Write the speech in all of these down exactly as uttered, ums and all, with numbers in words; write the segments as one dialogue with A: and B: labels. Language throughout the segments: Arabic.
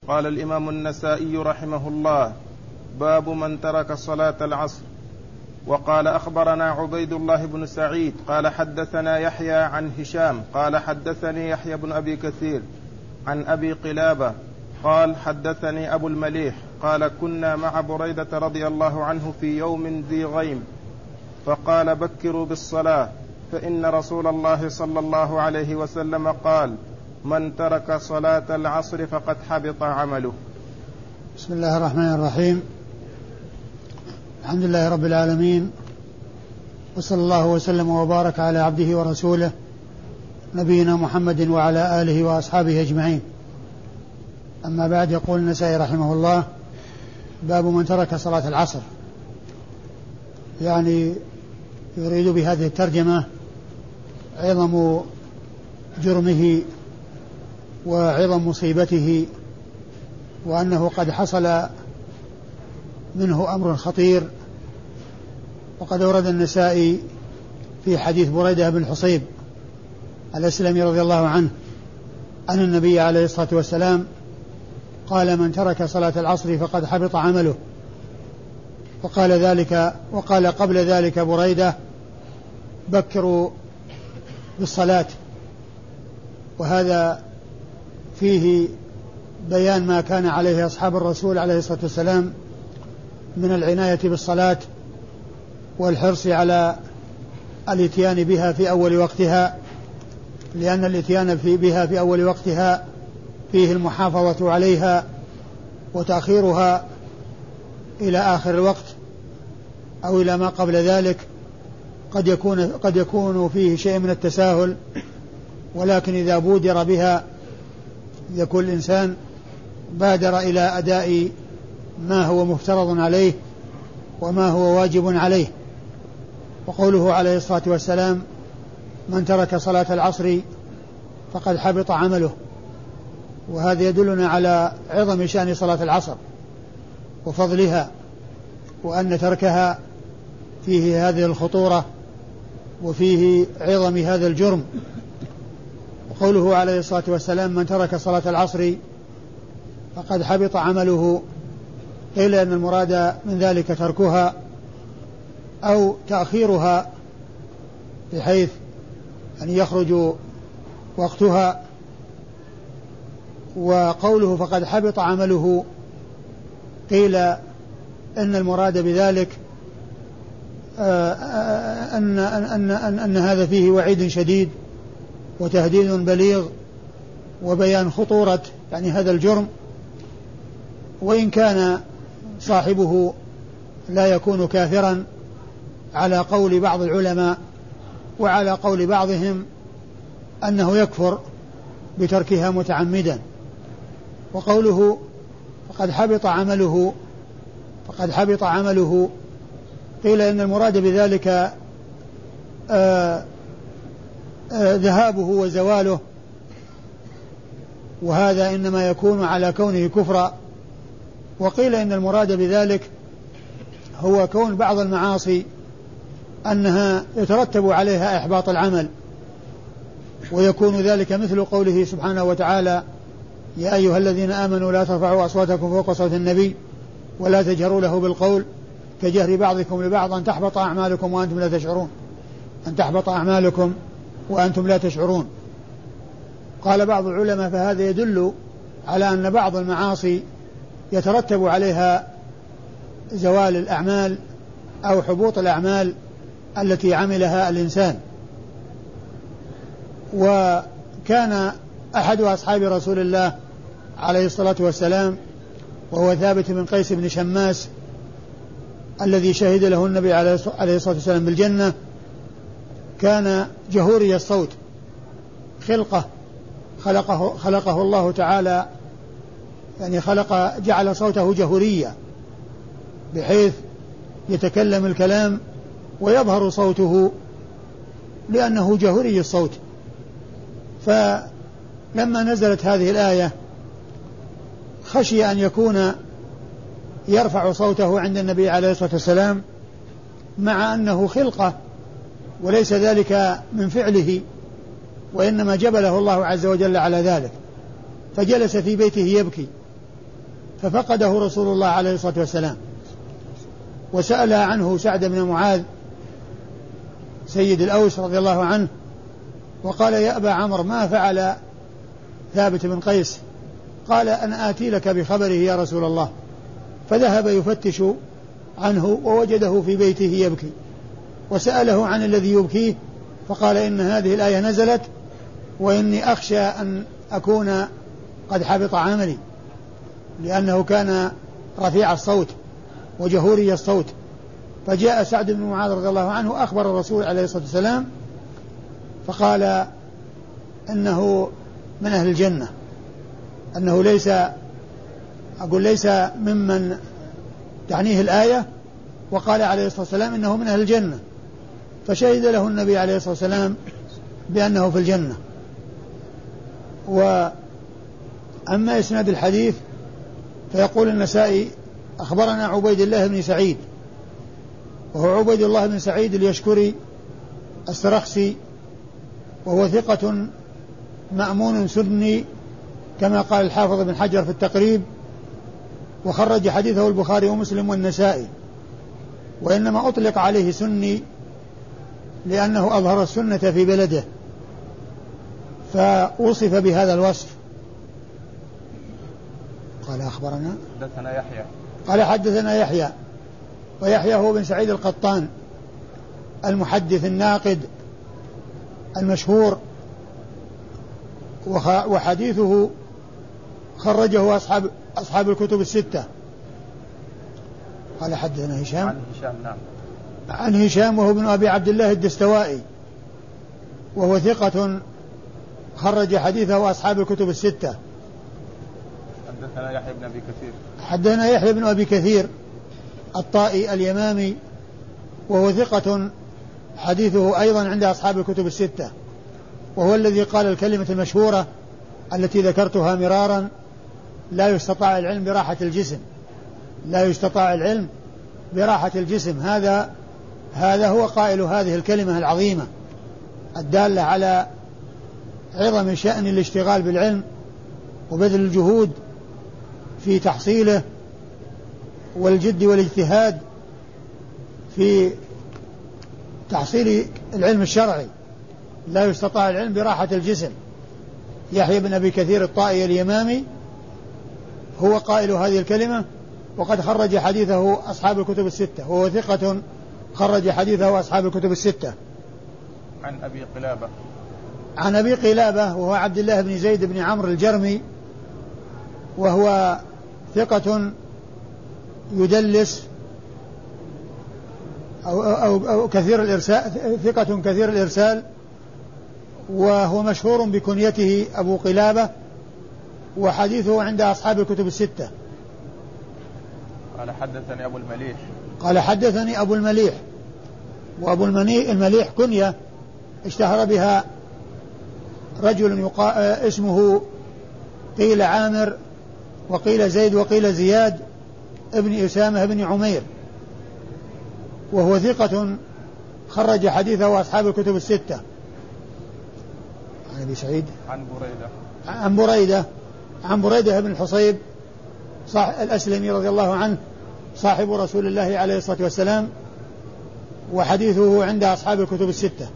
A: قال الإمام النسائي رحمه الله: باب من ترك صلاة العصر. وقال: أخبرنا عبيد الله بن سعيد قال حدثنا يحيى عن هشام قال حدثني يحيى بن أبي كثير عن أبي قلابة قال حدثني أبو المليح قال: كنا مع بريدة رضي الله عنه في يوم ذي غيم، فقال: بكروا بالصلاة، فإن رسول الله صلى الله عليه وسلم قال: من ترك صلاة العصر فقد حبط عمله.
B: بسم الله الرحمن الرحيم. الحمد لله رب العالمين، وصلى الله وسلم وبارك على عبده ورسوله نبينا محمد وعلى آله وأصحابه أجمعين. أما بعد، يقول النسائي رحمه الله: باب من ترك صلاة العصر. يعني يريد بهذه الترجمة عظم جرمه وعظم مصيبته، وأنه قد حصل منه أمر خطير. وقد ورد النسائي في حديث بريدة بن الحصيب الأسلمي رضي الله عنه أن النبي عليه الصلاة والسلام قال: من ترك صلاة العصر فقد حبط عمله. وقال ذلك وقال قبل ذلك بريدة: بكروا بالصلاة. وهذا فيه بيان ما كان عليه أصحاب الرسول عليه الصلاة والسلام من العناية بالصلاة والحرص على الاتيان بها في أول وقتها، لأن الاتيان في بها في أول وقتها فيه المحافظة عليها، وتأخيرها إلى آخر الوقت أو إلى ما قبل ذلك قد يكون قد يكون فيه شيء من التساهل، ولكن إذا بودر بها يكون الإنسان بادر إلى أداء ما هو مفترض عليه وما هو واجب عليه. وقوله عليه الصلاة والسلام: من ترك صلاة العصر فقد حبط عمله، وهذا يدلنا على عظم شأن صلاة العصر وفضلها، وأن تركها فيه هذه الخطورة وفيه عظم هذا الجرم. وقوله عليه الصلاة والسلام: من ترك صلاة العصر فقد حبط عمله، قيل أن المراد من ذلك تركها أو تأخيرها بحيث أن يخرج وقتها. وقوله فقد حبط عمله قيل أن المراد بذلك أن, أن, أن, أن هذا فيه وعيد شديد وتهديد بليغ وبيان خطورة يعني هذا الجرم، وإن كان صاحبه لا يكون كافرا على قول بعض العلماء، وعلى قول بعضهم أنه يكفر بتركها متعمدا. وقوله فقد حبط عمله فقد حبط عمله قيل إن المراد بذلك آآ آآ ذهابه وزواله، وهذا إنما يكون على كونه كفرا. وقيل إن المراد بذلك هو كون بعض المعاصي أنها يترتب عليها إحباط العمل، ويكون ذلك مثل قوله سبحانه وتعالى: يا أيها الذين آمنوا لا ترفعوا أصواتكم فوق صوت النبي ولا تجهروا له بالقول كجهر بعضكم لبعض أن تحبط أعمالكم وأنتم لا تشعرون أن تحبط أعمالكم وأنتم لا تشعرون. قال بعض العلماء: فهذا يدل على أن بعض المعاصي يترتب عليها زوال الأعمال أو حبوط الأعمال التي عملها الإنسان. وكان أحد أصحاب رسول الله عليه الصلاة والسلام وهو ثابت بن قيس بن شماس الذي شهد له النبي عليه الصلاة والسلام بالجنة، كان جهوري الصوت، خلقه خلقه, خلقه الله تعالى، يعني خلق جعل صوته جهوريا بحيث يتكلم الكلام ويظهر صوته لأنه جهوري الصوت. فلما نزلت هذه الآية خشي أن يكون يرفع صوته عند النبي عليه الصلاة والسلام مع أنه خلقه وليس ذلك من فعله، وإنما جبله الله عز وجل على ذلك، فجلس في بيته يبكي ففقده رسول الله عليه الصلاة والسلام، وسأل عنه سعد بن معاذ سيد الأوس رضي الله عنه، وقال: يا أبا عمرو، ما فعل ثابت بن قيس؟ قال: أنا آتي لك بخبره يا رسول الله. فذهب يفتش عنه ووجده في بيته يبكي، وسأله عن الذي يبكيه، فقال: إن هذه الآية نزلت وإني أخشى أن أكون قد حبط عملي، لأنه كان رفيع الصوت وجهوري الصوت. فجاء سعد بن معاذ رضي الله عنه أخبر الرسول عليه الصلاة والسلام، فقال إنه من أهل الجنة، أنه ليس أقول ليس ممن تعنيه الآية، وقال عليه الصلاة والسلام إنه من أهل الجنة، فشهد له النبي عليه الصلاة والسلام بأنه في الجنة. وأما إسناد الحديث فيقول النسائي: أخبرنا عبيد الله بن سعيد، وهو عبيد الله بن سعيد اليشكري السرخسي، وهو ثقة مأمون سني كما قال الحافظ بن حجر في التقريب، وخرج حديثه البخاري ومسلم والنسائي، وإنما أطلق عليه سني لأنه أظهر السنة في بلده فوصف بهذا الوصف. قال: أخبرنا
A: حدثنا يحيى
B: قال حدثنا يحيى ويحيى هو بن سعيد القطان المحدث الناقد المشهور، وحديثه خرجه أصحاب أصحاب الكتب الستة. قال: حدثنا هشام
A: عن هشام نعم
B: عن هشام وهو ابن أبي عبد الله الدستوائي، وهو ثقة خرج حديثه أصحاب الكتب الستة.
A: حدثنا يحيى بن أبي كثير
B: حدثنا يحيى بن أبي كثير الطائي اليمامي، وهو ثقة حديثه أيضا عند أصحاب الكتب الستة، وهو الذي قال الكلمة المشهورة التي ذكرتها مرارا: لا يستطاع العلم براحة الجسم، لا يستطاع العلم براحة الجسم. هذا هذا هو قائل هذه الكلمة العظيمة الدالة على عظم شأن الاشتغال بالعلم وبذل الجهود في تحصيله والجد والاجتهاد في تحصيل العلم الشرعي. لا يستطاع العلم براحة الجسم. يحيى بن أبي كثير الطائي اليمامي هو قائل هذه الكلمة، وقد خرج حديثه أصحاب الكتب الستة، وهو ثقة خرج حديثه أصحاب الكتب الستة.
A: عن أبي قلابة
B: عن أبي قلابة وهو عبد الله بن زيد بن عمرو الجرمي، وهو ثقة يدلس أو, أو, أو كثير الإرسال، ثقة كثير الإرسال، وهو مشهور بكنيته أبو قلابة، وحديثه عند أصحاب الكتب الستة.
A: قال: حدثني أبو المليح
B: قال: حدثني أبو المليح، وأبو المليح كنية اشتهر بها رجل يقا... اسمه قيل عامر وقيل زيد وقيل زياد ابن أسامة بن عمير، وهو ثقة خرج حديثه أصحاب الكتب الستة. عن أبي سعيد
A: عن بريدة
B: عن بريدة عن بريدة بن الحصيب الأسلمي رضي الله عنه صاحب رسول الله عليه الصلاة والسلام، وحديثه عند أصحاب الكتب الستة.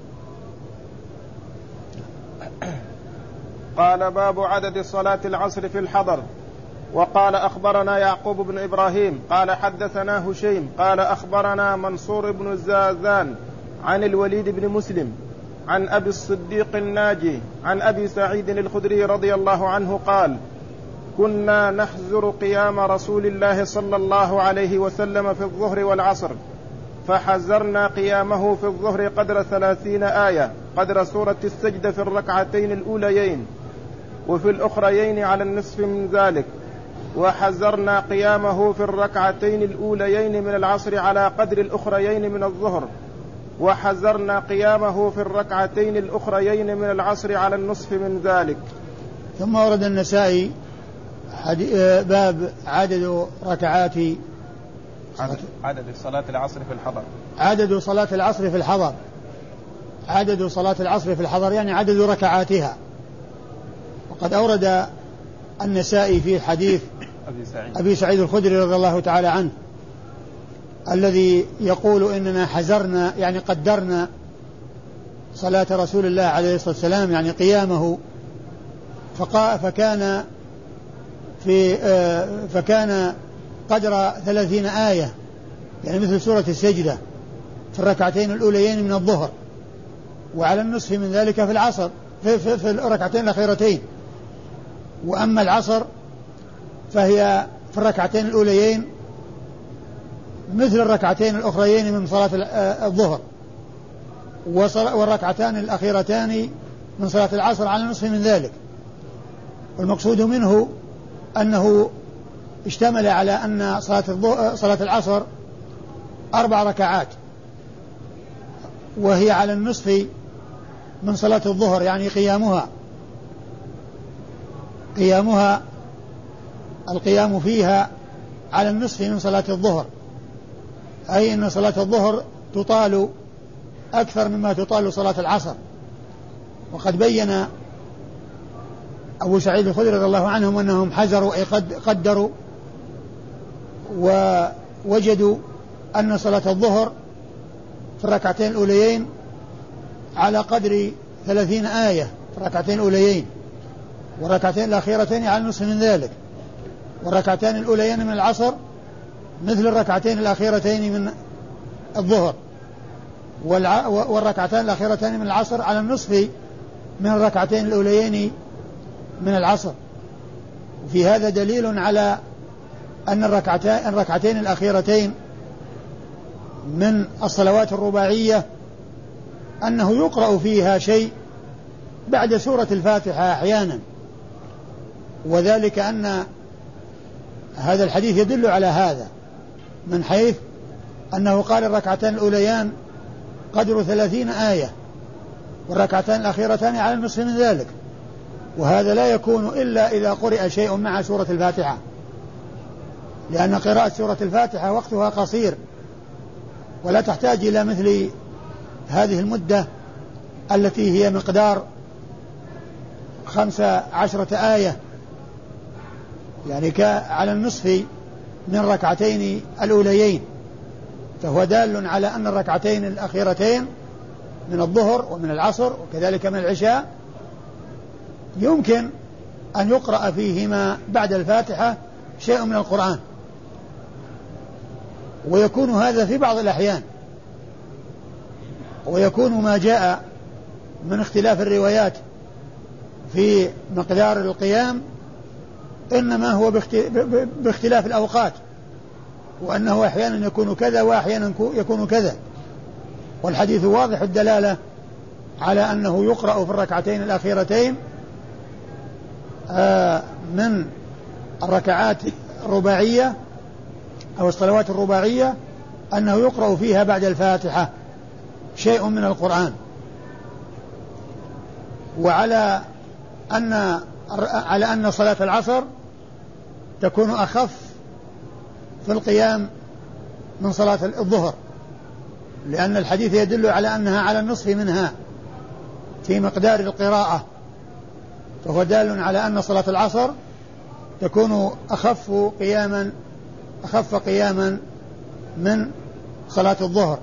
A: قال: باب عدد صلاة العصر في الحضر. وقال: أخبرنا يعقوب بن إبراهيم قال حدثنا هشيم قال أخبرنا منصور بن الزازان عن الوليد بن مسلم عن أبي الصديق الناجي عن أبي سعيد الخدري رضي الله عنه قال: كنا نحزر قيام رسول الله صلى الله عليه وسلم في الظهر والعصر، فحزرنا قيامه في الظهر قدر ثلاثين آية، قدر سورة السجدة في الركعتين الأوليين، وفي الأخريين على النصف من ذلك، وحزرنا قيامه في الركعتين الأوليين من العصر على قدر الأخريين من الظهر، وحزرنا قيامه في الركعتين الأخريين من العصر على النصف من ذلك.
B: ثم ورد النسائي باب عدد ركعات
A: عدد صلاة العصر في الحضر
B: عدد صلاة العصر في الحضر عدد صلاة العصر في الحضر يعني عدد ركعاتها. وقد أورد النسائي في حديث
A: أبي سعيد,
B: أبي سعيد الخدري رضي الله تعالى عنه الذي يقول إننا حزرنا يعني قدرنا صلاة رسول الله عليه الصلاة والسلام يعني قيامه فكان في فكان قدر ثلاثين آية يعني مثل سورة السجدة في الركعتين الأوليين من الظهر وعلى النصف من ذلك في العصر في, في, في الركعتين الأخيرتين. وأما العصر فهي في الركعتين الأوليين مثل الركعتين الأخريين من صلاة الظهر والركعتان الأخيرتان من صلاة العصر على النصف من ذلك. والمقصود منه أنه اشتمل على أن صلاة, صلاة العصر أربع ركعات وهي على النصف من صلاة الظهر يعني قيامها قيامها القيام فيها على النصف من صلاة الظهر أي أن صلاة الظهر تطال أكثر مما تطال صلاة العصر. وقد بين أبو سعيد الخدري رضي الله عنهم أنهم حزروا أي قدروا ووجدوا أن صلاة الظهر في الركعتين الأوليين على قدر ثلاثين آية في الركعتين الأوليين والركعتين الأخيرتين على النصف من ذلك والركعتين الأوليين من العصر مثل الركعتين الأخيرتين من الظهر والركعتين الأخيرتين من العصر على النصف من الركعتين الأوليين من العصر. وفي هذا دليل على أن الركعتين, الركعتين الأخيرتين من الصلوات الرباعية أنه يقرأ فيها شيء بعد سورة الفاتحة أحيانا وذلك أن هذا الحديث يدل على هذا من حيث أنه قال الركعتان الأوليان قدر ثلاثين آية والركعتان الأخيرتان على النصف من ذلك وهذا لا يكون إلا إذا قرأ شيء مع سورة الفاتحة لأن قراءة سورة الفاتحة وقتها قصير ولا تحتاج إلى مثل هذه المدة التي هي مقدار خمس عشرة آية يعني على النصف من ركعتين الأوليين. فهو دال على أن الركعتين الأخيرتين من الظهر ومن العصر وكذلك من العشاء يمكن أن يقرأ فيهما بعد الفاتحة شيء من القرآن ويكون هذا في بعض الأحيان ويكون ما جاء من اختلاف الروايات في مقدار القيام إنما هو باختلاف الأوقات وأنه أحيانا يكون كذا وأحيانا يكون كذا والحديث واضح الدلالة على أنه يقرأ في الركعتين الأخيرتين من الركعات الرباعية أو الصلوات الرباعية أنه يقرأ فيها بعد الفاتحة شيء من القرآن وعلى أن على أن صلاة العصر تكون أخف في القيام من صلاة الظهر لأن الحديث يدل على أنها على النصف منها في مقدار القراءة فهو دال على أن صلاة العصر تكون أخف قياما أخف قياما من صلاة الظهر.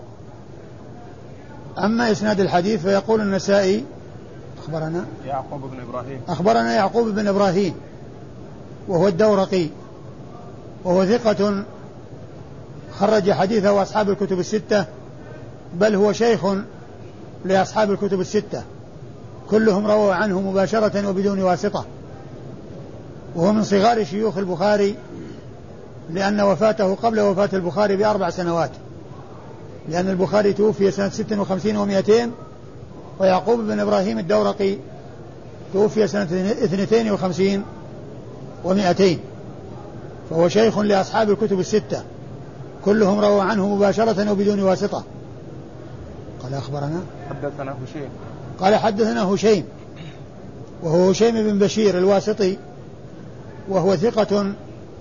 B: أما إسناد الحديث فيقول النسائي أخبرنا
A: يعقوب بن إبراهيم
B: أخبرنا يعقوب بن إبراهيم وهو الدورقي وهو ثقة خرج حديثه وأصحاب الكتب الستة بل هو شيخ لأصحاب الكتب الستة كلهم رووا عنه مباشرة وبدون واسطة وهو من صغار شيوخ البخاري لأن وفاته قبل وفاة البخاري بأربع سنوات لأن البخاري توفي سنة ست وخمسين ومئتين ويعقوب بن إبراهيم الدورقي توفي سنة اثنتين وخمسين ومئتين فهو شيخ لأصحاب الكتب الستة كلهم رووا عنه مباشرة وبدون واسطة. قال أخبرنا
A: حدثنا هشيم
B: قال حدثنا هشيم وهو هشيم بن بشير الواسطي وهو ثقة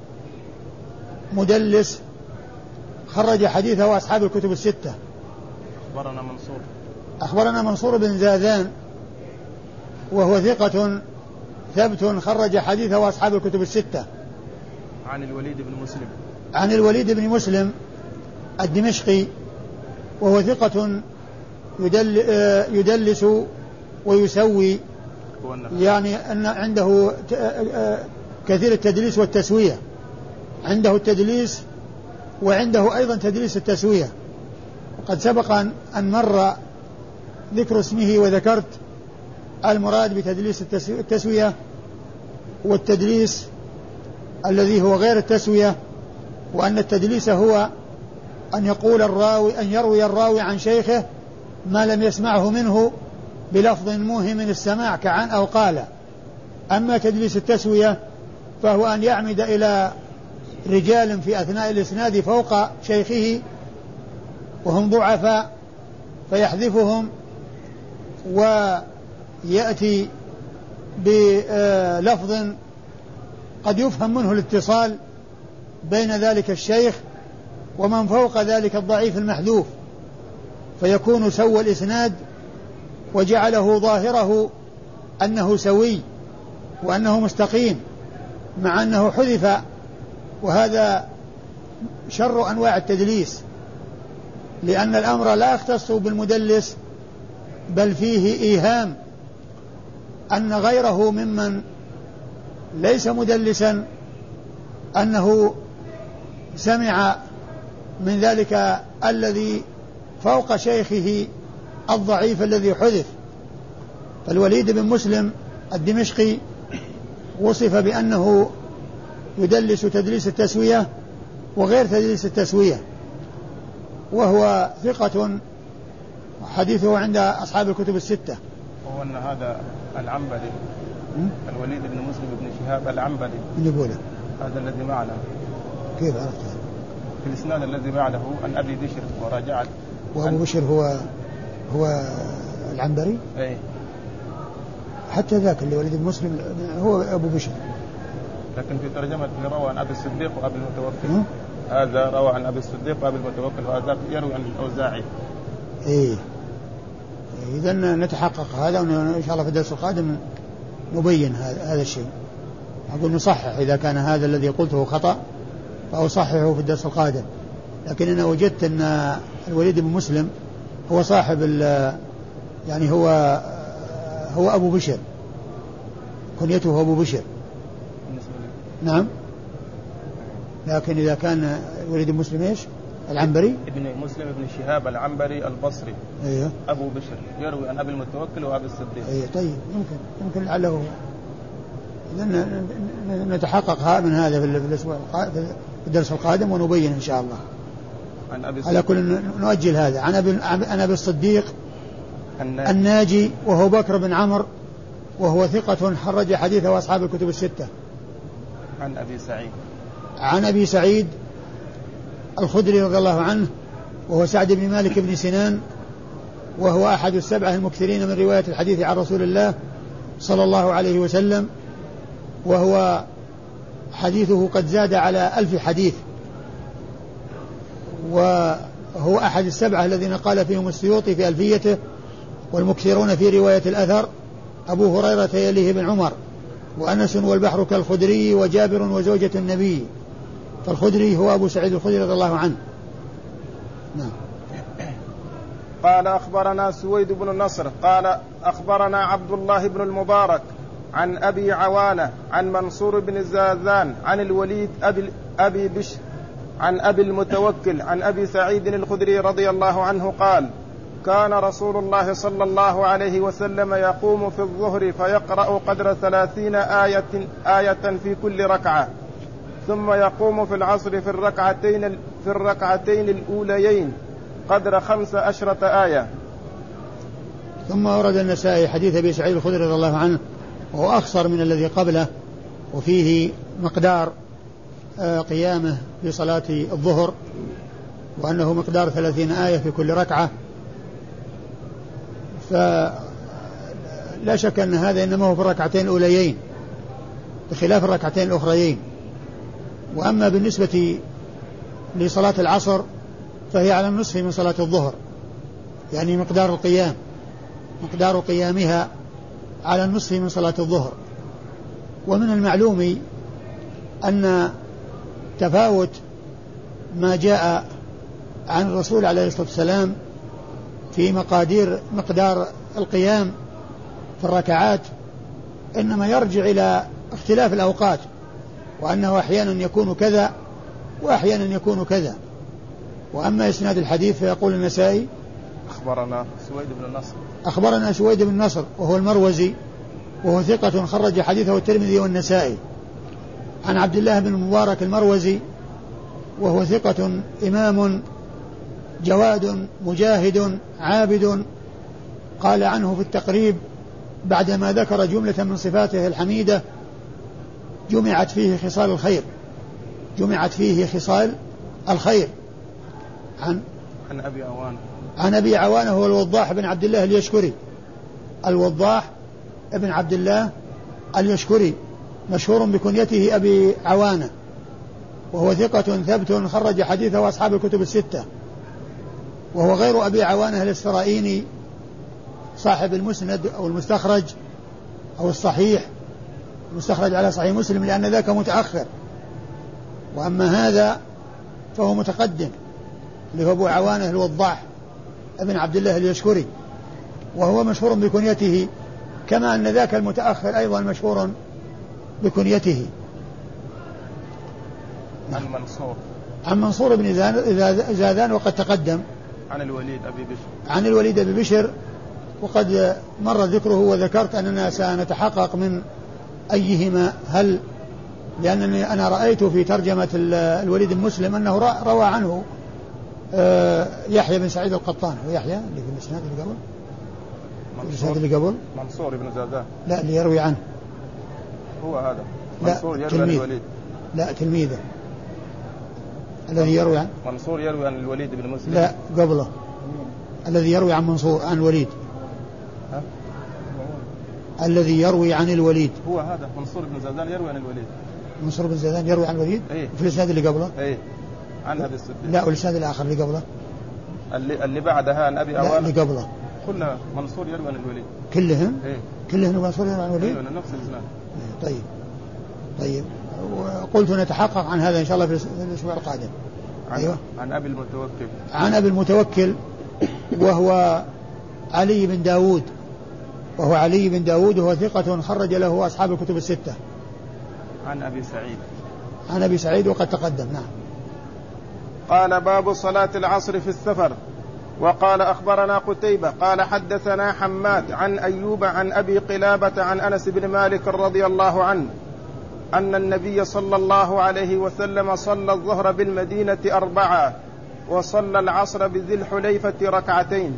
B: مدلس خرج حديثه أصحاب الكتب الستة.
A: أخبرنا منصور
B: أخبرنا منصور بن زاذان وهو ثقة ثبت خرج حديثه أصحاب الكتب الستة.
A: عن الوليد بن مسلم
B: عن الوليد بن مسلم الدمشقي وهو ثقة يدل يدلس ويسوي، يعني أن عنده كثير التدليس والتسوية، عنده التدليس وعنده أيضا تدليس التسوية. وقد سبق أن مر ذكر اسمه وذكرت المراد بتدليس التسوية والتدليس الذي هو غير التسوية، وأن التدليس هو أن يقول الراوي أن يروي الراوي عن شيخه ما لم يسمعه منه بلفظ موهم السماع كعن أو قال. أما تدليس التسوية فهو أن يعمد إلى رجال في أثناء الإسناد فوق شيخه وهم ضعفاء فيحذفهم ويأتي بلفظ قد يفهم منه الاتصال بين ذلك الشيخ ومن فوق ذلك الضعيف المحذوف، فيكون سوى الإسناد وجعله ظاهره أنه سوي وأنه مستقيم مع أنه حذف، وهذا شر أنواع التدليس، لأن الأمر لا يختص بالمدلس بل فيه إيهام أن غيره ممن ليس مدلسا أنه سمع من ذلك الذي فوق شيخه الضعيف الذي حذف. فالوليد بن مسلم الدمشقي وصف بأنه يدلس تدليس التسوية وغير تدليس التسوية، وهو ثقة حديثه عند أصحاب الكتب الستة.
A: وهو أن هذا العنبري الوليد بن مسلم بن شهاب العنبري
B: من يقوله
A: هذا الذي معنا،
B: كيف عرفت
A: في الإسناد الذي بعده عن أبي بشر وراجعت.
B: وأبو بشر هو هو العنبري؟
A: أي
B: حتى ذاك اللي وليد بن مسلم هو أبو بشر،
A: لكن في ترجمة روى عن أبي الصديق وأبي المتوكل. هذا روى عن أبي الصديق وأبي المتوكل، وهذا يروي عن الأوزاعي.
B: إيه إذا نتحقق هذا، وإن شاء الله في الدرس القادم نبين هذا الشيء. أقول نصحح إذا كان هذا الذي قلته خطأ فأصححه في الدرس القادم. لكن أنا وجدت أن الوليد بن مسلم هو صاحب يعني هو هو أبو بشر، كنيته أبو بشر. نعم، لكن إذا كان الوليد بن مسلم إيش العنبري
A: ابن مسلم ابن شهاب العنبري البصري.
B: أيه.
A: أبو بشر يروي عن أبي المتوكل وأبي الصديق.
B: أيه طيب، يمكن يمكن لعله نتحقق من هذا في الأسبوع في الدرس القادم ونبين إن شاء الله.
A: عن أبي
B: على كل نؤجل هذا. عن أبي عن أبي الصديق
A: الناجي.
B: الناجي وهو بكر بن عمرو وهو ثقة حرج حديثه أصحاب الكتب الستة.
A: عن أبي سعيد
B: عن أبي سعيد الخدري رضي الله عنه وهو سعد بن مالك بن سنان، وهو أحد السبعة المكثرين من رواية الحديث عن رسول الله صلى الله عليه وسلم، وهو حديثه قد زاد على ألف حديث، وهو أحد السبعة الذين قال فيهم السيوطي في ألفيته والمكثرون في رواية الأثر أبو هريرة يليه بن عمر وأنس والبحر كالخدري وجابر وزوجة النبي. فالخدري هو أبو سعيد الخدري رضي الله عنه. نعم.
A: قال أخبرنا سويد بن النصر قال أخبرنا عبد الله بن المبارك عن أبي عوانة عن منصور بن الزاذان عن الوليد أبي, أبي بشر عن أبي المتوكل عن أبي سعيد الخدري رضي الله عنه قال: كان رسول الله صلى الله عليه وسلم يقوم في الظهر فيقرأ قدر ثلاثين آية, آية في كل ركعة، ثم يقوم في العصر في الركعتين, في الركعتين الأوليين قدر خمس عشرة آية.
B: ثم ورد النسائي حديث أبي سعيد الخدري رضي الله عنه وهو أخصر من الذي قبله، وفيه مقدار قيامه في صلاة الظهر، وأنه مقدار ثلاثين آية في كل ركعة. فلا شك أن هذا إنما هو في الركعتين الأوليين بخلاف الركعتين الأخريين. وأما بالنسبة لصلاة العصر فهي على النصف من صلاة الظهر، يعني مقدار القيام مقدار قيامها على النصف من صلاة الظهر. ومن المعلوم أن تفاوت ما جاء عن الرسول عليه الصلاة والسلام في مقادير مقدار القيام في الركعات إنما يرجع إلى اختلاف الأوقات، وأنه أحيانا يكون كذا وأحيانا يكون كذا. وأما إسناد الحديث فيقول النسائي
A: أخبرنا سويد بن النصر
B: أخبرنا سويد بن النصر وهو المروزي وهو ثقة خرج حديثه الترمذي والنسائي، عن عبد الله بن المبارك المروزي وهو ثقة إمام جواد مجاهد عابد، قال عنه في التقريب بعدما ذكر جملة من صفاته الحميدة جمعت فيه خصال الخير جمعت فيه خصال الخير عن
A: عن أبي عوان
B: عن أبي عوانة هو الوضاح بن عبد الله اليشكري الوضاح ابن عبد الله اليشكري مشهور بكنيته أبي عوانة، وهو ثقة ثبت خرج حديثه أصحاب الكتب الستة، وهو غير أبي عوانة الإسرائيلي صاحب المسند أو المستخرج أو الصحيح المستخرج على صحيح مسلم، لأن ذاك متأخر، وأما هذا فهو متقدم اللي هو أبو عوانة الوضاح ابن عبد الله اليشكري، وهو مشهور بكنيته كما أن ذاك المتأخر أيضا مشهور بكنيته.
A: عن منصور
B: عن منصور بن زاذان وقد تقدم.
A: عن الوليد أبي بشر
B: عن الوليد أبي بشر وقد مر ذكره، وذكرت أننا سنتحقق من أيهما هل، لأنني أنا رأيت في ترجمة الوليد المسلم أنه روى عنه يحيى بن سعيد القطان، ويحيى اللي في الإسناد اللي قبل الإسناد اللي قبل
A: منصور بن زادان
B: لا اللي يروي عنه
A: هو هذا منصور يروي عن الوليد
B: لا تلميذه الذي يروي عن
A: منصور يروي عن الوليد بن مسلم
B: لا قبله الذي يروي عن منصور عن الوليد
A: ها؟
B: الذي يروي عن الوليد
A: هو هذا منصور بن زادان يروي عن الوليد
B: منصور بن زادان يروي عن الوليد
A: ايه؟
B: في الإسناد اللي قبله
A: ايه عن هذا السبب
B: لا والإسناد الآخر اللي قبله
A: اللي, اللي بعدها عن أبي عوانة
B: اللي قبله
A: كلنا منصور يروي عن الوليد
B: كلهم
A: ايه؟
B: كلهم منصور يروي عن الوليد
A: ايوه نفس الإسناد.
B: طيب طيب وقلت نتحقق عن هذا إن شاء الله في الأسبوع القادم.
A: عن,
B: أيوة.
A: عن أبي المتوكل
B: عن أبي المتوكل وهو علي بن داود وهو علي بن داود وهو ثقة خرج له أصحاب الكتب الستة.
A: عن أبي سعيد
B: عن أبي سعيد وقد تقدم. نعم.
A: قال باب صلاة العصر في السفر. وقال أخبرنا قتيبة قال حدثنا حماد عن أيوب عن أبي قلابة عن أنس بن مالك رضي الله عنه أن النبي صلى الله عليه وسلم صلى الظهر بالمدينة أربعة وصلى العصر بذي الحليفة ركعتين.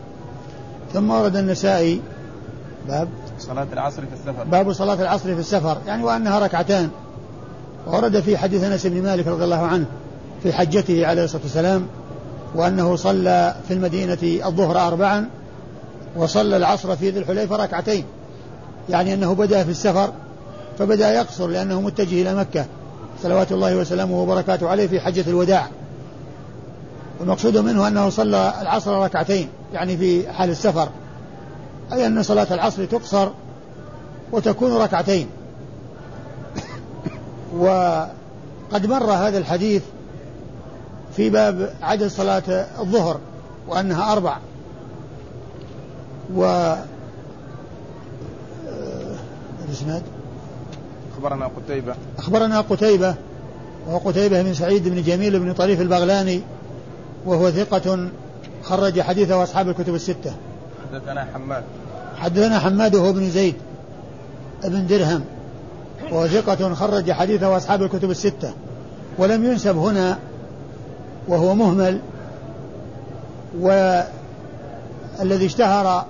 B: ثم ورد النسائي باب
A: صلاة العصر في السفر
B: باب صلاة العصر في السفر يعني وأنها ركعتان. ورد في حديث أنس بن مالك رضي الله عنه في حجته عليه الصلاة والسلام وأنه صلى في المدينة الظهر أربعا وصلى العصر في ذي الحليفة ركعتين، يعني أنه بدأ في السفر فبدأ يقصر لأنه متجه إلى مكة صلوات الله وسلامه وبركاته عليه في حجة الوداع، والمقصود منه أنه صلى العصر ركعتين يعني في حال السفر، أي أن صلاة العصر تقصر وتكون ركعتين. وقد مر هذا الحديث في باب عدد صلاة الظهر وأنها أربع. و الإسناد
A: أخبرنا قتيبة
B: أخبرنا قتيبة وهو قتيبة بن سعيد بن جميل بن طريف البغلاني وهو ثقة خرج حديثه أصحاب الكتب الستة.
A: حدثنا حماد
B: حدثنا حماد وهو بن زيد ابن درهم وهو ثقة خرج حديثه أصحاب الكتب الستة، ولم ينسب هنا وهو مهمل، والذي اشتهر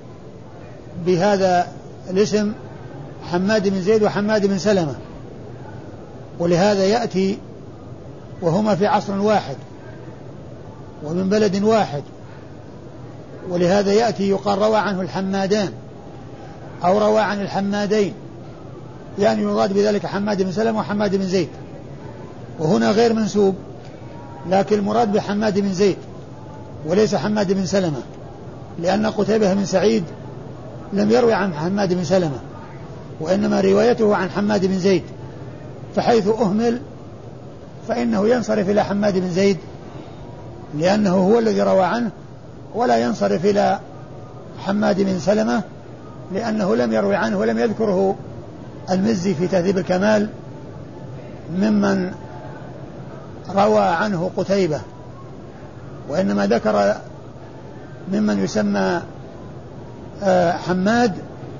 B: بهذا الاسم حماد بن زيد وحماد بن سلمة، ولهذا يأتي وهما في عصر واحد ومن بلد واحد، ولهذا يأتي يقال روى عنه الحمادان أو روى عن الحمادين، يعني يراد بذلك حماد بن سلمة وحماد بن زيد، وهنا غير منسوب لكن المراد بحماد بن زيد وليس حماد بن سلمة، لأن قتيبة بن سعيد لم يروي عن حماد بن سلمة وإنما روايته عن حماد بن زيد، فحيث أهمل فإنه ينصرف إلى حماد بن زيد لأنه هو الذي روى عنه، ولا ينصرف إلى حماد بن سلمة لأنه لم يروي عنه ولم يذكره المزي في تهذيب الكمال ممن روى عنه قتيبة، وإنما ذكر ممن يسمى حماد،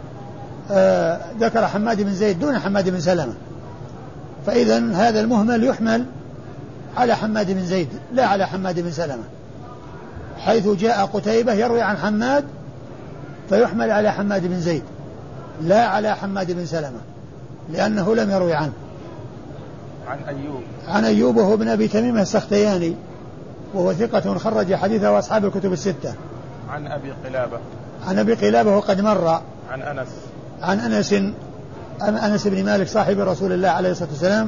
B: ذكر حماد بن زيد دون حماد بن سلمة. فإذا هذا المهمل يحمل على حماد بن زيد لا على حماد بن سلمة، حيث جاء قتيبة يروي عن حماد فيحمل على حماد بن زيد لا على حماد بن سلمة لأنه لم يروي عنه.
A: عن أيوب
B: عن أيوب وهو ابن أبي تميم السختياني وهو ثقة خرج حديثه أصحاب الكتب الستة.
A: عن أبي قلابة
B: عن أبي قلابة وقد مر.
A: عن أنس
B: عن أنس أنس بن مالك صاحب رسول الله عليه الصلاة والسلام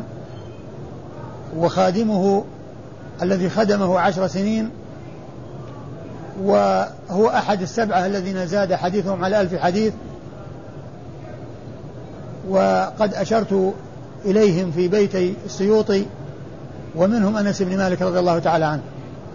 B: وخادمه الذي خدمه عشر سنين، وهو أحد السبعة الذين زاد حديثهم على ألف حديث، وقد أشرت إليهم في بيتي السيوطي ومنهم أنس بن مالك رضي الله تعالى عنه.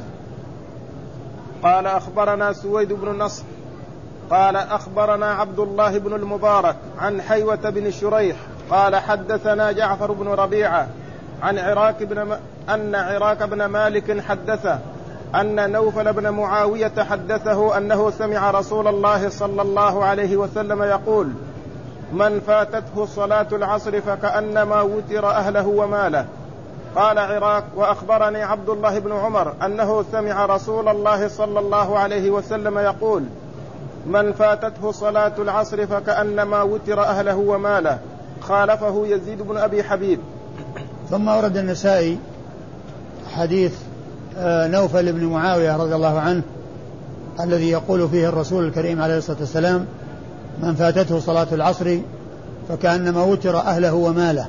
A: قال أخبرنا سويد بن نصر قال أخبرنا عبد الله بن المبارك عن حيوة بن شريح قال حدثنا جعفر بن ربيعة عن عراك بن م... أن عراك بن مالك حدثه أن نوفل بن معاوية حدثه أنه سمع رسول الله صلى الله عليه وسلم يقول: من فاتته صلاة العصر فكأنما وتر أهله وماله. قال عراك: وأخبرني عبد الله بن عمر أنه سمع رسول الله صلى الله عليه وسلم يقول: من فاتته صلاة العصر فكأنما وتر أهله وماله. خالفه يزيد بن أبي حبيب.
B: ثم ورد النسائي حديث نوفل بن معاوية رضي الله عنه الذي يقول فيه الرسول الكريم عليه الصلاة والسلام: من فاتته صلاة العصر فكأنما وتر أهله وماله.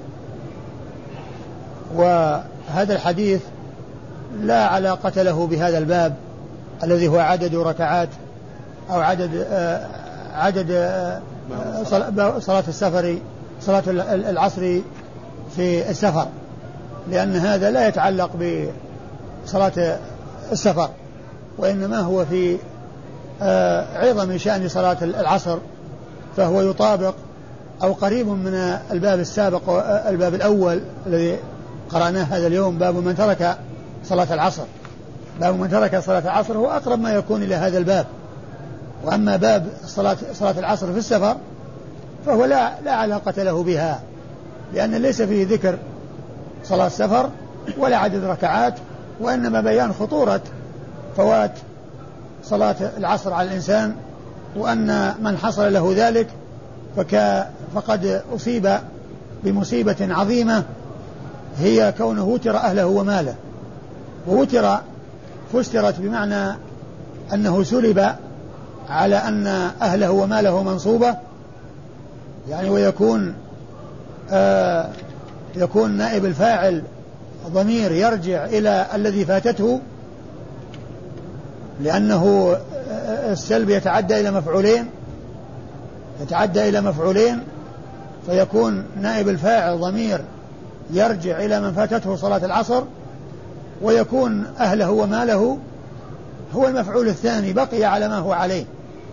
B: وهذا الحديث لا علاقة له بهذا الباب الذي هو عدد ركعات أو عدد آه عدد آه صلاة السفر صلاة العصر في السفر، لأن هذا لا يتعلق بصلاة السفر، وإنما هو في آه عظم شأن صلاة العصر، فهو يطابق أو قريب من الباب السابق الباب الأول الذي قرأناه هذا اليوم، باب من ترك صلاة العصر. باب من ترك صلاة العصر هو أقرب ما يكون إلى هذا الباب. وأما باب صلاة, صلاة العصر في السفر فهو لا, لا علاقة له بها، لأن ليس فيه ذكر صلاة السفر ولا عدد ركعات، وإنما بيان خطورة فوات صلاة العصر على الإنسان، وأن من حصل له ذلك فك فقد أصيب بمصيبة عظيمة هي كونه وتر أهله وماله. ووتر فسرت بمعنى أنه سلب على أن أهله وماله منصوبة، يعني ويكون آه يكون نائب الفاعل ضمير يرجع إلى الذي فاتته، لأنه السلب يتعدى إلى مفعولين يتعدى إلى مفعولين فيكون نائب الفاعل ضمير يرجع إلى من فاتته صلاة العصر، ويكون أهله وماله هو المفعول الثاني بقي على ما هو عليه.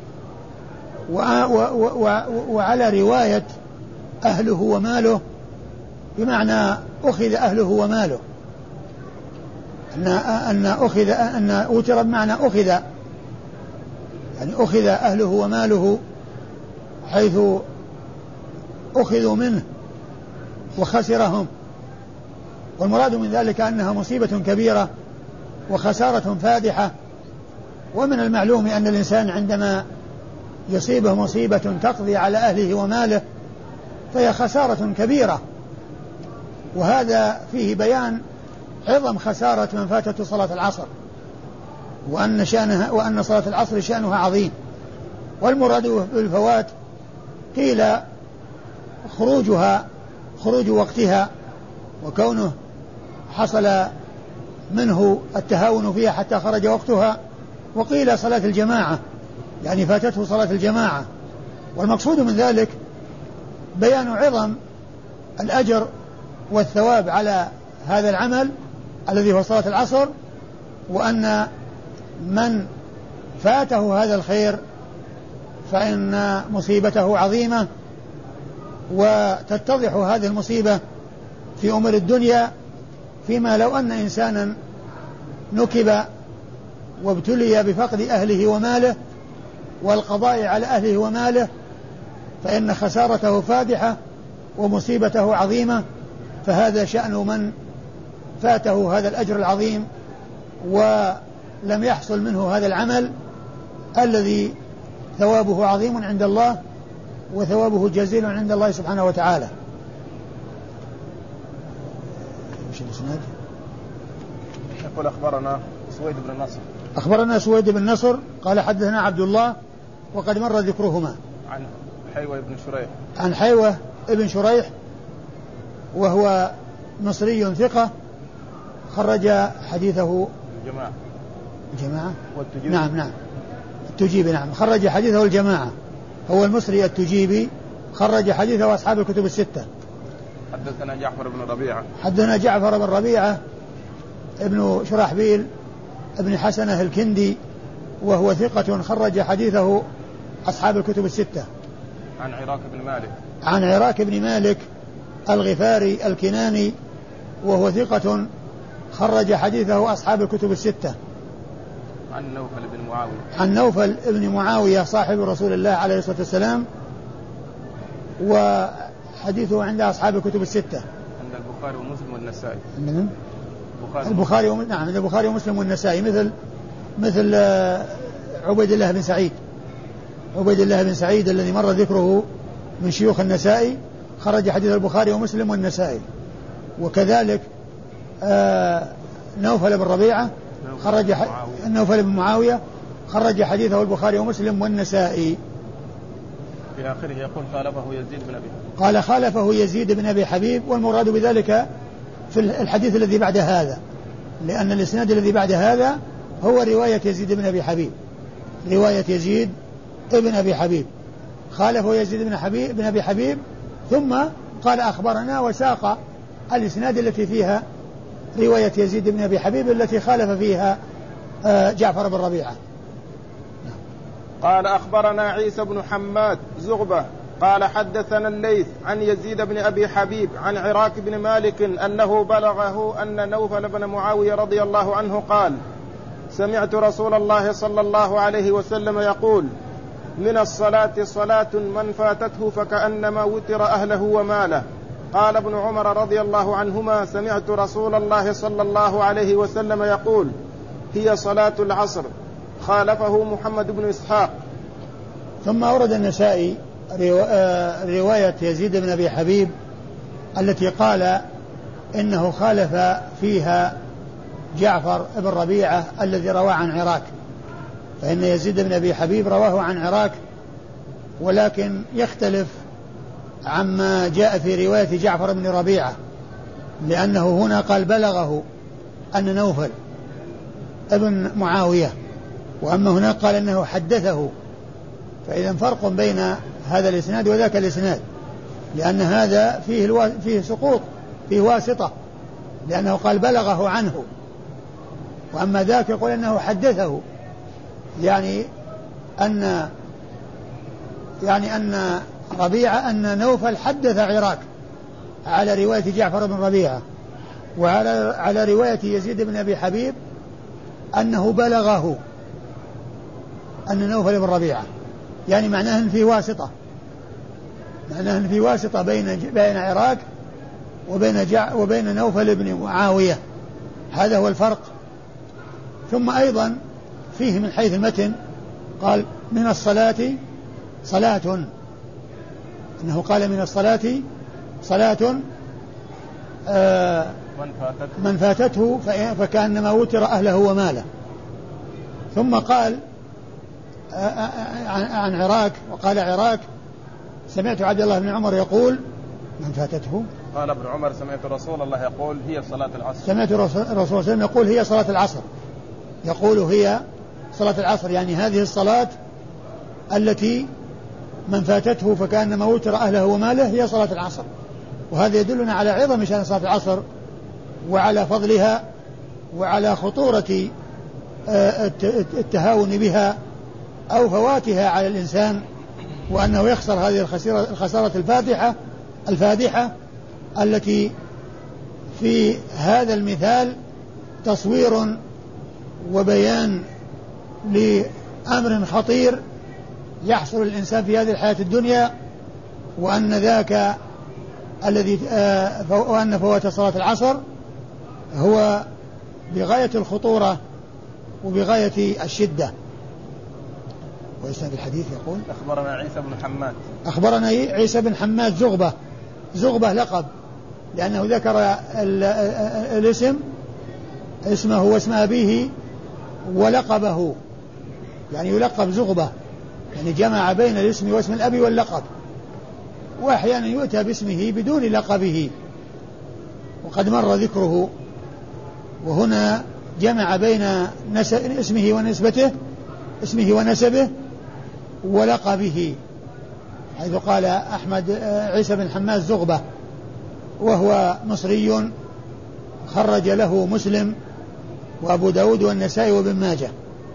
B: وعلى رواية أهله وماله بمعنى أخذ أهله وماله، أن أن أخذ أن أوتر بمعنى أخذ، يعني أخذ أهله وماله حيث أخذوا منه وخسرهم. والمراد من ذلك أنها مصيبة كبيرة وخسارة فادحة. ومن المعلوم أن الإنسان عندما يصيبه مصيبة تقضي على أهله وماله فهي خسارة كبيرة، وهذا فيه بيان عظم خسارة من فاتته صلاة العصر، وأن شأنها وأن صلاة العصر شأنها عظيم. والمراد بالفوات قيل خروجها خروج وقتها وكونه حصل منه التهاون فيها حتى خرج وقتها، وقيل صلاة الجماعة يعني فاتته صلاة الجماعة. والمقصود من ذلك بيان عظم الأجر والثواب على هذا العمل، الذي هو صلاة العصر، وأن من فاته هذا الخير فإن مصيبته عظيمة، وتتضح هذه المصيبة في أمور الدنيا، فيما لو أن إنسانا نكب وابتلي بفقد أهله وماله والقضاء على أهله وماله فإن خسارته فادحة ومصيبته عظيمة. فهذا شأن من فاته هذا الأجر العظيم ولم يحصل منه هذا العمل الذي ثوابه عظيم عند الله وثوابه جزيل عند الله سبحانه وتعالى.
A: يقول أخبرنا سويد بن نصر
B: أخبرنا سويد بن نصر قال حدثنا عبد الله وقد مر ذكرهما
A: عن حيوة بن شريح
B: عن حيوة بن شريح وهو مصري ثقة خرج حديثه
A: الجماعة
B: الجماعة
A: والتجيبي.
B: نعم نعم التجيبي نعم خرج حديثه الجماعة. هو المصري التجيبي خرج حديثه أصحاب الكتب الستة.
A: حدثنا جعفر بن ربيعة
B: حدثنا جعفر بن ربيعة ابن شرحبيل ابن حسنة الكندي وهو ثقة خرج حديثه أصحاب الكتب الستة.
A: عن عراك بن مالك
B: عن عراك بن مالك الغفاري الكناني وهو ثقة خرج حديثه أصحاب الكتب الستة.
A: عن نوفل بن معاوية
B: عن نوفل بن معاوية صاحب رسول الله عليه الصلاة والسلام وحديثه عند أصحاب الكتب الستة.
A: عند البخاري ومسلم والنسائي.
B: من
A: البخاري
B: البخاري وم... نعم عند البخاري ومسلم والنسائي مثل مثل عبيد الله بن سعيد عبيد الله بن سعيد الذي مر ذكره من شيوخ النسائي خرج حديث البخاري ومسلم والنسائي. وكذلك آه نوفل بن ربيعة خرج ح... نوفل بن معاوية خرج حديثه البخاري ومسلم والنسائي.
A: في آخره يقول خالفه يزيد بن أبي حبيب.
B: قال خالفه يزيد بن أبي حبيب والمراد بذلك في الحديث الذي بعد هذا لأن الإسناد الذي بعد هذا هو رواية يزيد بن أبي حبيب رواية يزيد ابن أبي حبيب خالفه يزيد بن حبيب بن أبي حبيب ثم قال أخبرنا وساق الإسناد التي فيها رواية يزيد بن أبي حبيب التي خالف فيها جعفر بن ربيعة.
A: قال أخبرنا عيسى بن حماد زغبة قال حدثنا الليث عن يزيد بن أبي حبيب عن عراك بن مالك أنه بلغه أن نوفل بن معاوية رضي الله عنه قال سمعت رسول الله صلى الله عليه وسلم يقول من الصلاة صلاة من فاتته فكأنما وتر أهله وماله. قال ابن عمر رضي الله عنهما سمعت رسول الله صلى الله عليه وسلم يقول هي صلاة العصر. خالفه محمد بن إسحاق.
B: ثم أورد النسائي رواية يزيد بن أبي حبيب التي قال إنه خالف فيها جعفر بن ربيعة الذي روى عن عراك. فإن يزيد بن أبي حبيب رواه عن عراك ولكن يختلف عما جاء في رواية جعفر بن ربيعة لأنه هنا قال بلغه أن نوفل ابن معاوية وأما هنا قال أنه حدثه. فإذا فرق بين هذا الإسناد وذاك الإسناد لأن هذا فيه, الوا... فيه سقوط فيه واسطة لأنه قال بلغه عنه وأما ذاك يقول أنه حدثه يعني أن يعني أن ربيعة أن نوفل حدث عراك على رواية جعفر بن ربيعة وعلى على رواية يزيد بن أبي حبيب أنه بلغه أن نوفل بن ربيعة يعني معناه أن في واسطة معناه أن في واسطة بين بين عراك وبين جع وبين نوفل بن معاوية. هذا هو الفرق. ثم أيضا فيه من حيث المتن قال من الصلاة صلاة أنه قال من الصلاة صلاة آه من فاتته فكأنما وتر أهله وماله. ثم قال عن عراك وقال عراك سمعت عبد الله بن عمر يقول من فاتته
A: قال ابن عمر سمعت رسول الله يقول هي صلاة العصر
B: سمعت رسول الله صلى الله عليه وسلم يقول هي صلاة العصر يقول هي صلاة العصر يعني هذه الصلاة التي من فاتته فكأنما وتر أهله وماله هي صلاة العصر. وهذا يدلنا على عظم شأن صلاة العصر وعلى فضلها وعلى خطورة التهاون بها أو فواتها على الإنسان، وأنه يخسر هذه الخسارة الفادحة الفادحة التي في هذا المثال تصوير وبيان لأمر خطير يحصل الإنسان في هذه الحياة الدنيا، وأن ذاك الذي وأن فوات صلاة العصر هو بغاية الخطورة وبغاية الشدة. وإسناد الحديث يقول
A: أخبرنا عيسى بن حماد
B: أخبرنا عيسى بن حماد زغبة زغبة لقب، لأنه ذكر الاسم اسمه واسم أبيه ولقبه، يعني يلقب زغبة، يعني جمع بين الاسم واسم الأب واللقب، وأحيانا يؤتى باسمه بدون لقبه وقد مر ذكره، وهنا جمع بين اسمه ونسبته اسمه ونسبه ولقبه، حيث قال أحمد عيسى بن حماد زغبة، وهو مصري خرج له مسلم وأبو داود والنسائي وابن ماجه.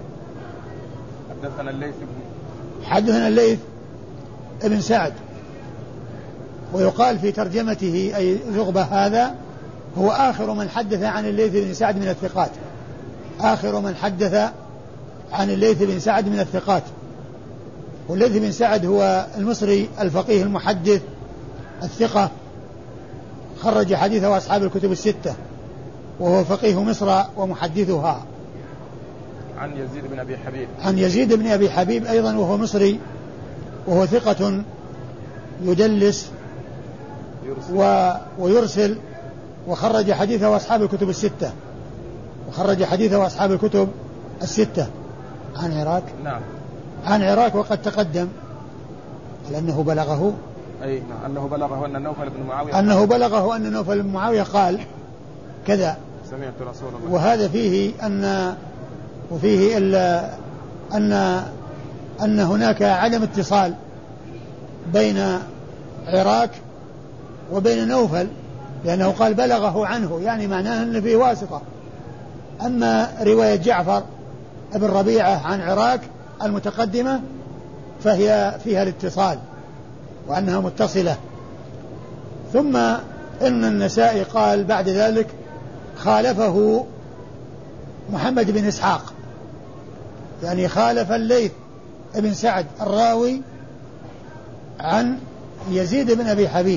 A: حدثنا الليث
B: حدثنا الليث ابن سعد، ويقال في ترجمته أي زغبة هذا هو آخر من حدث عن الليث بن سعد من الثقات، آخر من حدث عن الليث بن سعد من الثقات. والليث بن سعد هو المصري الفقيه المحدث الثقة، خرج حديثه أصحاب الكتب الستة، وهو فقيه مصر ومحدثها.
A: عن يزيد بن أبي حبيب
B: عن يزيد بن أبي حبيب أيضا وهو مصري، وهو ثقة يدلس
A: يرسل.
B: و... ويرسل، وخرج حديثه أصحاب الكتب الستة وخرج حديثه أصحاب الكتب الستة. عن عراك
A: نعم
B: عن عراك وقد تقدم لأنه بلغه
A: أي نعم أنه بلغه أن نوفل بن معاوية
B: أنه بلغه أن نوفل بن معاوية قال كذا،
A: سمعت رسول الله.
B: وهذا فيه أن وفيه إلا أن أن هناك عدم اتصال بين عراك وبين نوفل، لأنه قال بلغه عنه، يعني معناه أن فيه واسطة. أما رواية جعفر ابن ربيعة عن عراك المتقدمة فهي فيها الاتصال وأنها متصلة. ثم إن النسائي قال بعد ذلك خالفه محمد بن إسحاق، يعني خالف الليث بن سعد الراوي عن يزيد بن أبي حبيب،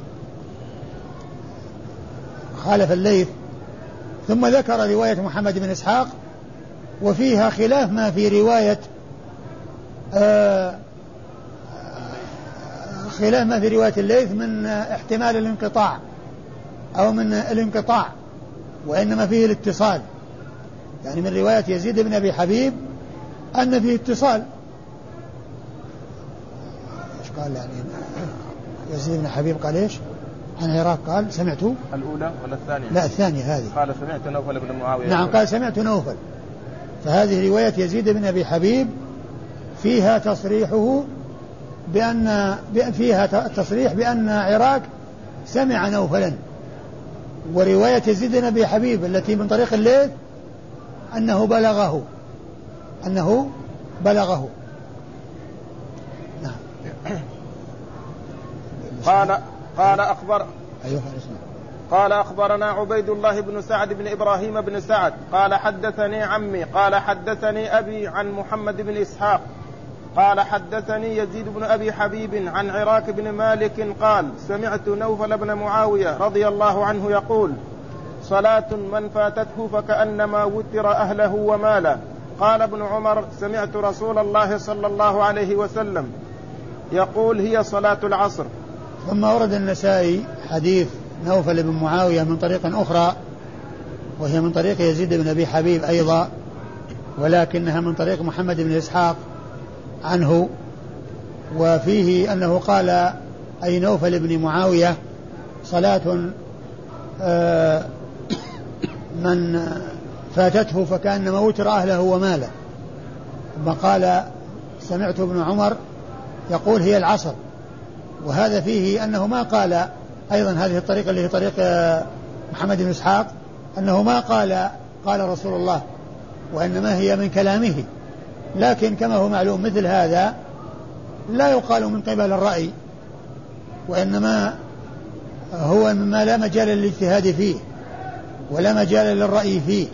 B: خالف الليث. ثم ذكر رواية محمد بن إسحاق وفيها خلاف ما في رواية آه خلاف ما في رواية الليث من احتمال الانقطاع أو من الانقطاع، وإنما فيه الاتصال، يعني من رواية يزيد بن أبي حبيب أن فيه اتصال. إيش قال يعني يزيد بن حبيب قال إيش عن عراك؟ قال سمعت
A: الأولى ولا الثانية؟
B: لا الثانية هذه.
A: قال سمعت نوفل بن معاوية.
B: نعم قال سمعت نوفل. فهذه رواية يزيد بن أبي حبيب فيها تصريحه بأن فيها التصريح بأن عراك سمع نوفلا، ورواية يزيد بن أبي حبيب التي من طريق الليث أنه بلغه أنه بلغه نعم.
A: قال قال أخبر
B: أيوه
A: قال أخبرنا عبيد الله بن سعد بن إبراهيم بن سعد قال حدثني عمي قال حدثني أبي عن محمد بن إسحاق قال حدثني يزيد بن أبي حبيب عن عراك بن مالك قال سمعت نوفل بن معاوية رضي الله عنه يقول صلاة من فاتته فكأنما وتر أهله وماله. قال ابن عمر سمعت رسول الله صلى الله عليه وسلم يقول هي صلاة العصر.
B: ثم ورد النسائي حديث نوفل بن معاوية من طريق أخرى، وهي من طريق يزيد بن أبي حبيب أيضا، ولكنها من طريق محمد بن إسحاق عنه، وفيه أنه قال أي نوفل بن معاوية صلاة من فاتته فكأنما وتر أهله وماله. ثم قال سمعت ابن عمر يقول هي العصر، وهذا فيه أنه ما قال أيضا هذه الطريقة اللي هي طريق محمد بن إسحاق أنه ما قال قال رسول الله، وإنما هي من كلامه. لكن كما هو معلوم مثل هذا لا يقال من قبل الرأي، وإنما هو مما لا مجال للاجتهاد فيه ولا مجال للرأي فيه.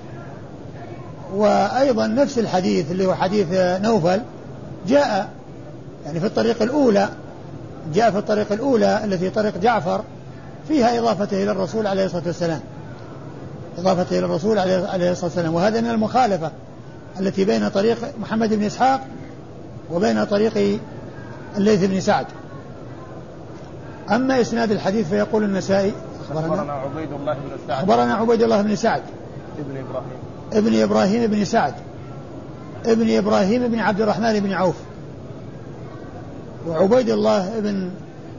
B: وأيضا نفس الحديث اللي هو حديث نوفل جاء يعني في الطريق الأولى، جاء في الطريق الأولى التي طريق جعفر فيها إضافته إلى الرسول عليه الصلاة والسلام، إضافته إلى الرسول عليه الصلاة والسلام. وهذا من المخالفة التي بين طريق محمد بن إسحاق وبين طريق الليث بن سعد. أما إسناد الحديث فيقول النسائي
A: أخبرنا عبيد الله بن سعد
B: أخبرنا عبيد الله بن سعد
A: ابن إبراهيم
B: ابن إبراهيم بن سعد ابن إبراهيم بن عبد الرحمن بن عوف. وعبيد الله ابن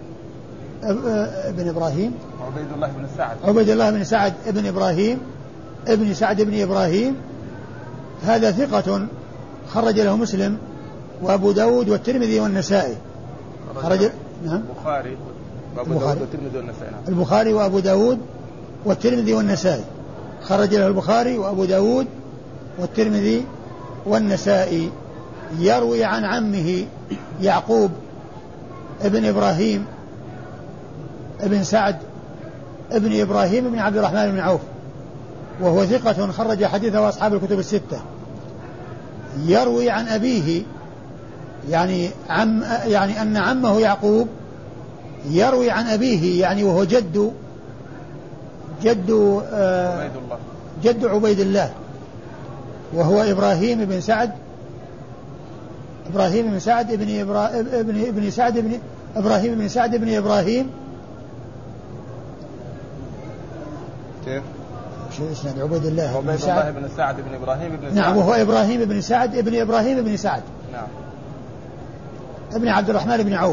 B: ابن إبراهيم
A: عبيد الله بن سعد
B: عبيد الله بن سعد ابن إبراهيم ابن سعد بن إبراهيم، هذا ثقة خرج له مسلم وأبو داود والترمذي والنسائي. خرج نعم
A: البخاري وأبو داود والترمذي والنسائي.
B: البخاري وأبو داود والترمذي والنسائي، خرج له البخاري وأبو داود والترمذي والنسائي. يروي عن عمه يعقوب ابن إبراهيم ابن سعد ابن إبراهيم بن عبد الرحمن بن عوف، وهو ثقة خرج حديثه أصحاب الكتب الستة. يروي عن أبيه يعني عم يعني أن عمه يعقوب يروي عن أبيه يعني وهو جد جد آه
A: عبيد الله
B: جد عبيد الله، وهو إبراهيم بن سعد إبراهيم بن سعد ابن إبرا ابن ابن سعد ابن إبراهيم بن سعد ابن إبراهيم.
A: كيف؟
B: شو اسمه عبيد الله
A: عبيد الله بن سعد بن إبراهيم بن سعد.
B: نعم، وهو إبراهيم بن سعد ابن إبراهيم بن سعد
A: نعم
B: ابن عبد الرحمن بن عوف،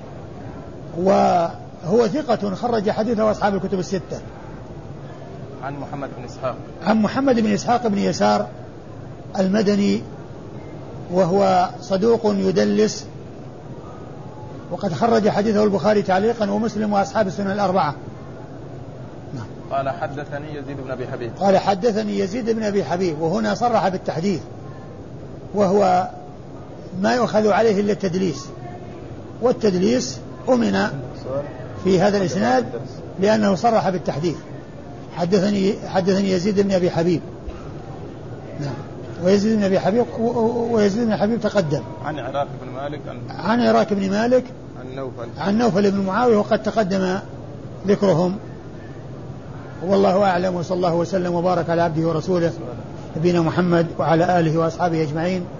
B: وهو ثقة خرج حديثه أصحاب الكتب الستة.
A: عن محمد بن إسحاق
B: عن محمد بن إسحاق بن يسار المدني، وهو صدوق يدلس، وقد خرج حديثه البخاري تعليقا ومسلم وأصحاب السنن الأربعة. نعم.
A: قال حدثني يزيد بن أبي حبيب
B: قال حدثني يزيد بن أبي حبيب، وهنا صرح بالتحديث، وهو ما يؤخذ عليه إلا التدليس، والتدليس أمن في هذا الإسناد لأنه صرح بالتحديث. حدثني حدثني يزيد بن أبي حبيب. نعم. ويزيد بن أبي حبيب ويزيد بن حبيب تقدم.
A: عن عراك بن مالك عن,
B: عن عراك بن مالك
A: عن نوفل
B: عن نوفل بن معاوية، وقد تقدم ذكرهم. والله أعلم، وصلى الله وسلم وبارك على عبده ورسوله نبينا محمد وعلى آله وأصحابه أجمعين.